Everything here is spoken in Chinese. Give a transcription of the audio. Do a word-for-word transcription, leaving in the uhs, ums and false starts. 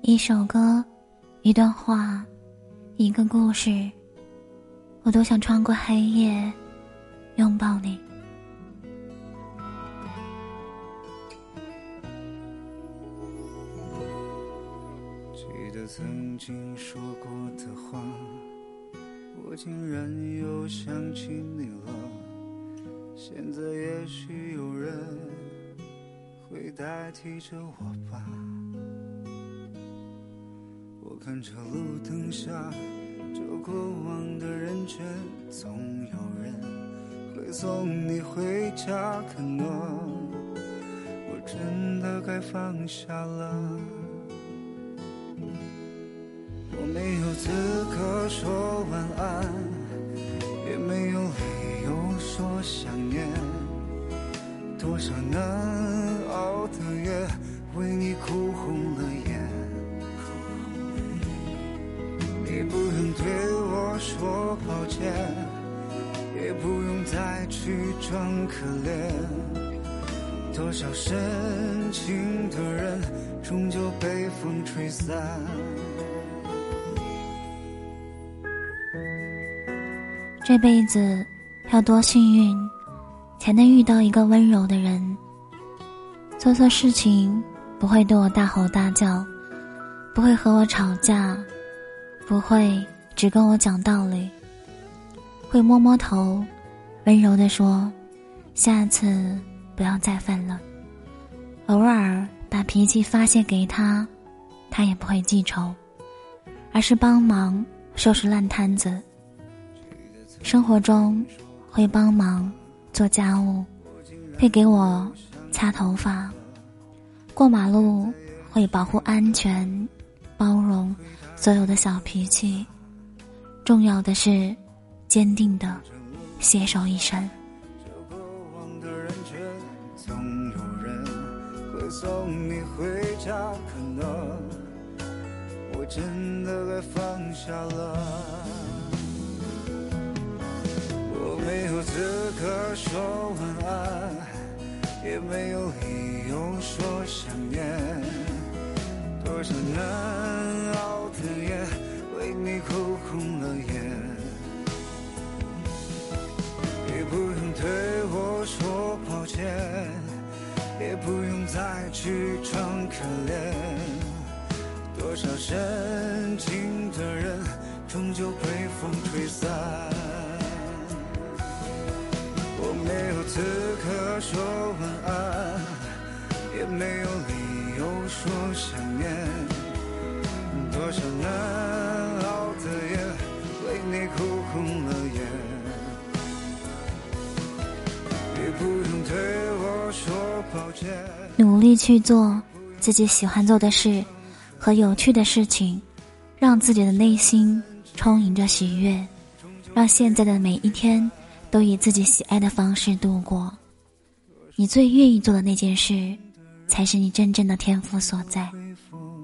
一首歌，一段话，一个故事，我都想穿过黑夜拥抱你。 记得曾经说过的话，我竟然又想起你了。现在也许有人会代替着我吧。我看着路灯下这过往的人群，总有人会送你回家。可能我真的该放下了。我没有资格说晚安，也没有理由说想念。多少难熬的夜，为你哭红了眼。你不用对我说抱歉，也不用再去装可怜。多少深情的人，终究被风吹散。 这辈子要多幸运，才能遇到一个温柔的人。做错事情不会对我大吼大叫，不会和我吵架，不会只跟我讲道理，会摸摸头，温柔地说下次不要再犯了。偶尔把脾气发泄给他，他也不会记仇，而是帮忙收拾烂摊子。生活中会帮忙做家务，会给我擦头发，过马路会保护安全，包容所有的小脾气。重要的是坚定的携手一生。 这过往的人群，总有人会送你回家。可能我真的该放下了。我没有资格说晚安，也没有理由说想念。多少难熬的夜，为你哭红了眼。也不用对我说抱歉，也不用再去装可怜。多少深情的人，终究被风吹散。我没有资格说晚安，也没有理由说想念。多少难熬的夜，为你哭红了眼。也不用对我说抱歉。 努力去做自己喜欢做的事和有趣的事情，让自己的内心充盈着喜悦，让现在的每一天都以自己喜爱的方式度过。你最愿意做的那件事，才是你真正的天赋所在。